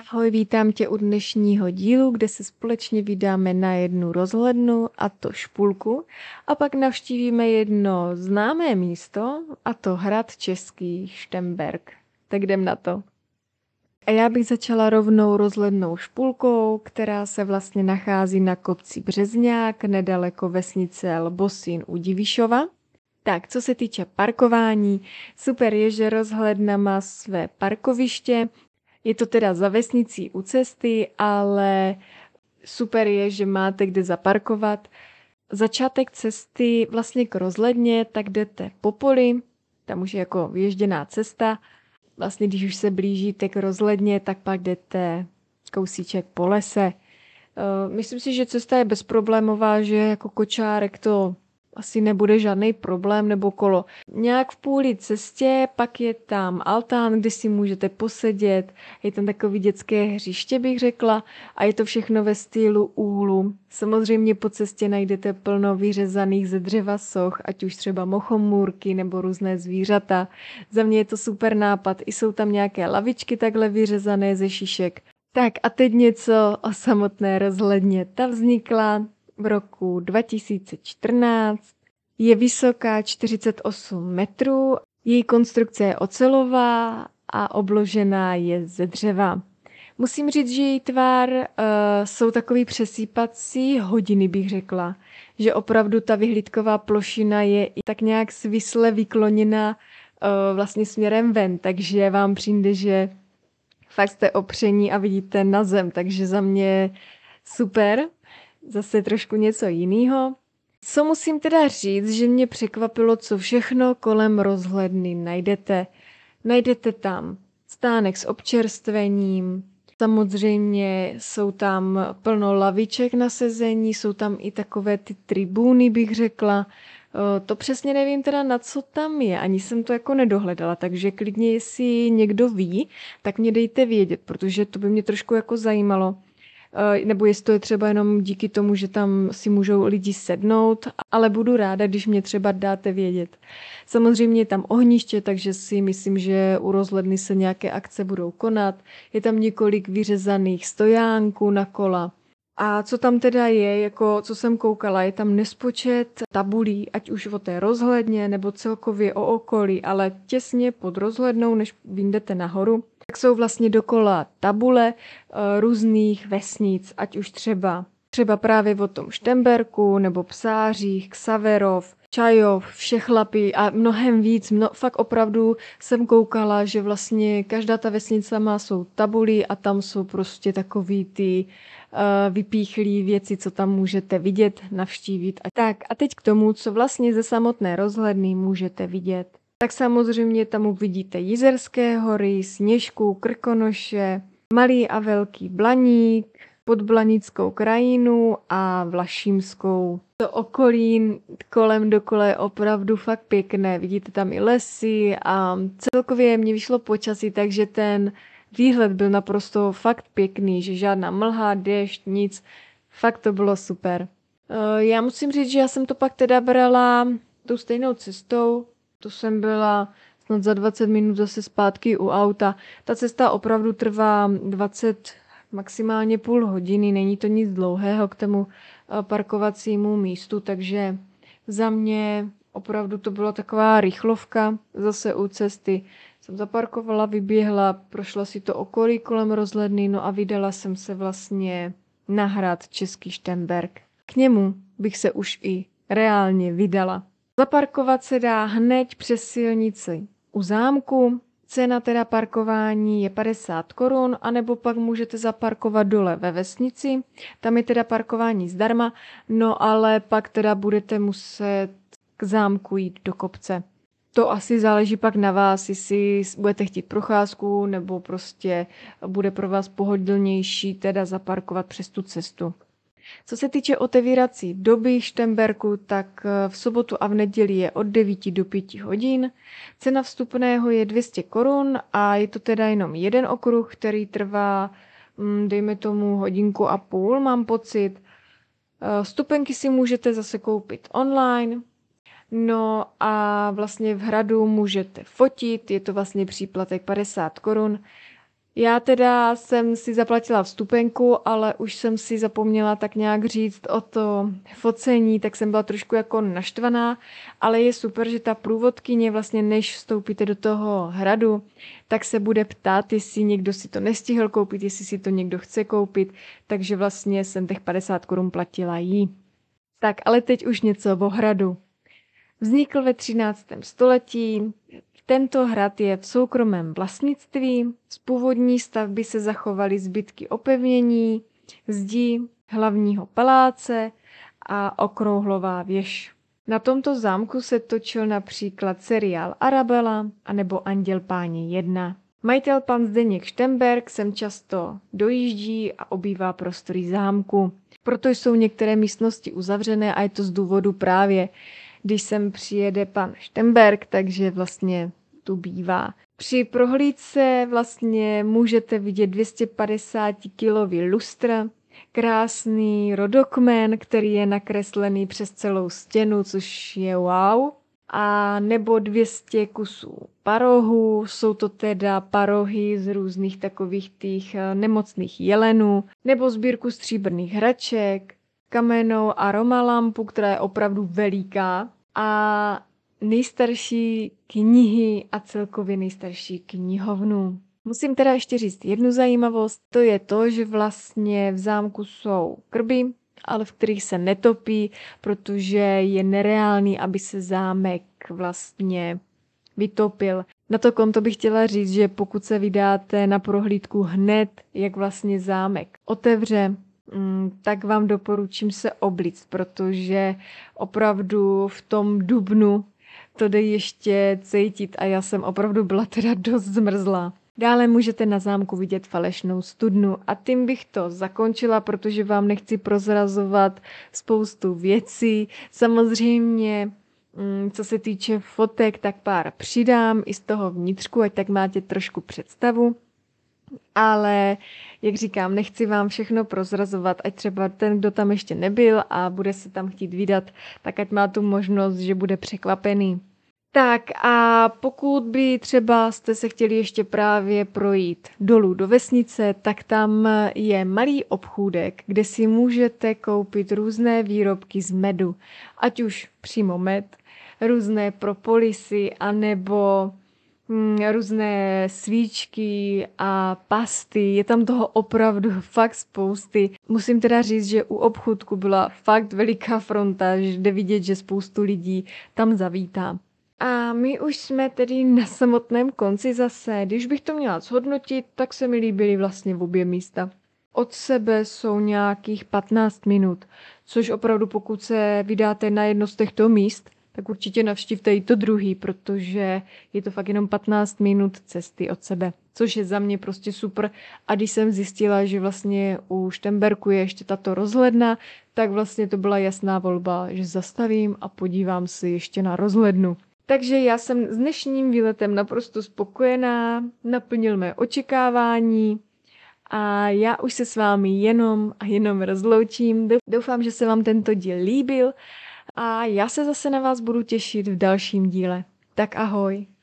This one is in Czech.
Ahoj, vítám tě u dnešního dílu, kde se společně vydáme na jednu rozhlednu, a to Špulku, a pak navštívíme jedno známé místo, a to hrad český Šternberk. Tak jdem na to. A já bych začala rovnou rozhlednou Špulkou, která se vlastně nachází na kopci Březňák, nedaleko vesnice Lbosín u Divišova. Tak, co se týče parkování, super je, že rozhledna má své parkoviště. Je to teda za vesnicí u cesty, ale super je, že máte kde zaparkovat. Začátek cesty vlastně k rozhledně, tak jdete po poli, tam už je jako vyježděná cesta. Vlastně když už se blížíte k rozhledně, tak pak jdete kousíček po lese. Myslím si, že cesta je bezproblémová, že jako kočárek to asi nebude žádný problém nebo kolo. Nějak v půli cestě, pak je tam altán, kde si můžete posedět, je tam takový dětské hřiště, bych řekla, a je to všechno ve stylu úhlu. Samozřejmě po cestě najdete plno vyřezaných ze dřeva soch, ať už třeba mochomůrky nebo různé zvířata. Za mě je to super nápad, i jsou tam nějaké lavičky takhle vyřezané ze šišek. Tak a teď něco o samotné rozhledně. Ta vznikla v roku 2014, je vysoká 48 metrů, její konstrukce je ocelová a obložená je ze dřeva. Musím říct, že její tvar jsou takový přesýpací hodiny, bych řekla. Že opravdu ta vyhlídková plošina je i tak nějak svisle vykloněna vlastně směrem ven, takže vám přijde, že fakt jste opření a vidíte na zem, takže za mě super. Zase trošku něco jiného. Co musím teda říct, že mě překvapilo, co všechno kolem rozhledny najdete. Najdete tam stánek s občerstvením, samozřejmě jsou tam plno laviček na sezení, jsou tam i takové ty tribuny, bych řekla. To přesně nevím teda, na co tam je, ani jsem to jako nedohledala, takže klidně, jestli někdo ví, tak mě dejte vědět, protože to by mě trošku jako zajímalo. Nebo jestli to je třeba jenom díky tomu, že tam si můžou lidi sednout, ale budu ráda, když mě třeba dáte vědět. Samozřejmě je tam ohniště, takže si myslím, že u rozhledny se nějaké akce budou konat. Je tam několik vyřezaných stojánků na kola. A co tam teda je, jako co jsem koukala, je tam nespočet tabulí, ať už o té rozhledně nebo celkově o okolí, ale těsně pod rozhlednou, než vyjdete nahoru, tak jsou vlastně dokola tabule různých vesnic, ať už třeba právě o tom Šternberku, nebo Psářích, Ksaverov, Čajov, Všechlapy a mnohem víc. Fakt opravdu jsem koukala, že vlastně každá ta vesnice má svou tabuli a tam jsou prostě takový ty vypíchlý věci, co tam můžete vidět, navštívit. Tak a teď k tomu, co vlastně ze samotné rozhledny můžete vidět. Tak samozřejmě tam uvidíte Jizerské hory, Sněžku, Krkonoše, Malý a Velký Blaník, Podblanickou krajinu a Vlašimskou. To okolí kolem dokola je opravdu fakt pěkné. Vidíte tam i lesy a celkově mě vyšlo počasí, takže ten výhled byl naprosto fakt pěkný, že žádná mlha, déšť, nic. Fakt to bylo super. Já musím říct, že já jsem to pak teda brala tou stejnou cestou. To jsem byla snad za 20 minut zase zpátky u auta. Ta cesta opravdu trvá 20, maximálně půl hodiny, není to nic dlouhého k tomu parkovacímu místu, takže za mě opravdu to byla taková rychlovka zase u cesty. Jsem zaparkovala, vyběhla, prošla si to okolí kolem rozhledny, no a vydala jsem se vlastně na hrad Český Šternberk. K němu bych se už i reálně vydala. Zaparkovat se dá hned přes silnici u zámku. Cena teda parkování je 50 korun, anebo pak můžete zaparkovat dole ve vesnici. Tam je teda parkování zdarma, no ale pak teda budete muset k zámku jít do kopce. To asi záleží pak na vás, jestli budete chtít procházku, nebo prostě bude pro vás pohodlnější teda zaparkovat přes tu cestu. Co se týče otevírací doby Šternberku, tak v sobotu a v neděli je od 9 do 5 hodin. Cena vstupného je 200 korun a je to teda jenom jeden okruh, který trvá, dejme tomu, hodinku a půl, mám pocit. Vstupenky si můžete zase koupit online. No a vlastně v hradu můžete fotit, je to vlastně příplatek 50 korun. Já teda jsem si zaplatila vstupenku, ale už jsem si zapomněla tak nějak říct o to focení, tak jsem byla trošku jako naštvaná, ale je super, že ta průvodkyně vlastně než vstoupíte do toho hradu, tak se bude ptát, jestli někdo si to nestihl koupit, jestli si to někdo chce koupit, takže vlastně jsem těch 50 korun platila jí. Tak, ale teď už něco o hradu. Vznikl ve 13. století. Tento hrad je v soukromém vlastnictví. Z původní stavby se zachovaly zbytky opevnění, zdi, hlavního paláce a okrouhlová věž. Na tomto zámku se točil například seriál Arabella anebo Anděl páně 1. Majitel pan Zdeněk Štemberk sem často dojíždí a obývá prostory zámku. Proto jsou některé místnosti uzavřené a je to z důvodu právě, když sem přijede pan Štemberk, takže vlastně tu bývá. Při prohlídce vlastně můžete vidět 250-kilový lustr, krásný rodokmen, který je nakreslený přes celou stěnu, což je wow. A nebo 200 kusů parohů, jsou to teda parohy z různých takových těch nemocných jelenů, nebo sbírku stříbrných hraček, kamennou aromalampu, která je opravdu veliká, a nejstarší knihy a celkově nejstarší knihovnu. Musím teda ještě říct jednu zajímavost, to je to, že vlastně v zámku jsou krby, ale v kterých se netopí, protože je nereálný, aby se zámek vlastně vytopil. Na to konto bych chtěla říct, že pokud se vydáte na prohlídku hned, jak vlastně zámek otevře, tak vám doporučím se oblíct, protože opravdu v tom dubnu to jde ještě cítit a já jsem opravdu byla teda dost zmrzlá. Dále můžete na zámku vidět falešnou studnu a tím bych to zakončila, protože vám nechci prozrazovat spoustu věcí. Samozřejmě, co se týče fotek, tak pár přidám i z toho vnitřku, ať tak máte trošku představu. Ale, jak říkám, nechci vám všechno prozrazovat, ať třeba ten, kdo tam ještě nebyl a bude se tam chtít vydat, tak ať má tu možnost, že bude překvapený. Tak a pokud by třeba jste se chtěli ještě právě projít dolů do vesnice, tak tam je malý obchůdek, kde si můžete koupit různé výrobky z medu. Ať už přímo med, různé propolisy, anebo různé svíčky a pasty. Je tam toho opravdu fakt spousty. Musím teda říct, že u obchůdku byla fakt veliká fronta, že jde vidět, že spoustu lidí tam zavítá. A my už jsme tedy na samotném konci zase. Když bych to měla zhodnotit, tak se mi líbily vlastně v obě místa. Od sebe jsou nějakých 15 minut, což opravdu pokud se vydáte na jedno z těchto míst, tak určitě navštivte i to druhý, protože je to fakt jenom 15 minut cesty od sebe, což je za mě prostě super. A když jsem zjistila, že vlastně u Štemberku je ještě tato rozhledna, tak vlastně to byla jasná volba, že zastavím a podívám se ještě na rozhlednu. Takže já jsem s dnešním výletem naprosto spokojená, naplnil mé očekávání a já už se s vámi jenom rozloučím. Doufám, že se vám tento díl líbil a já se zase na vás budu těšit v dalším díle. Tak ahoj.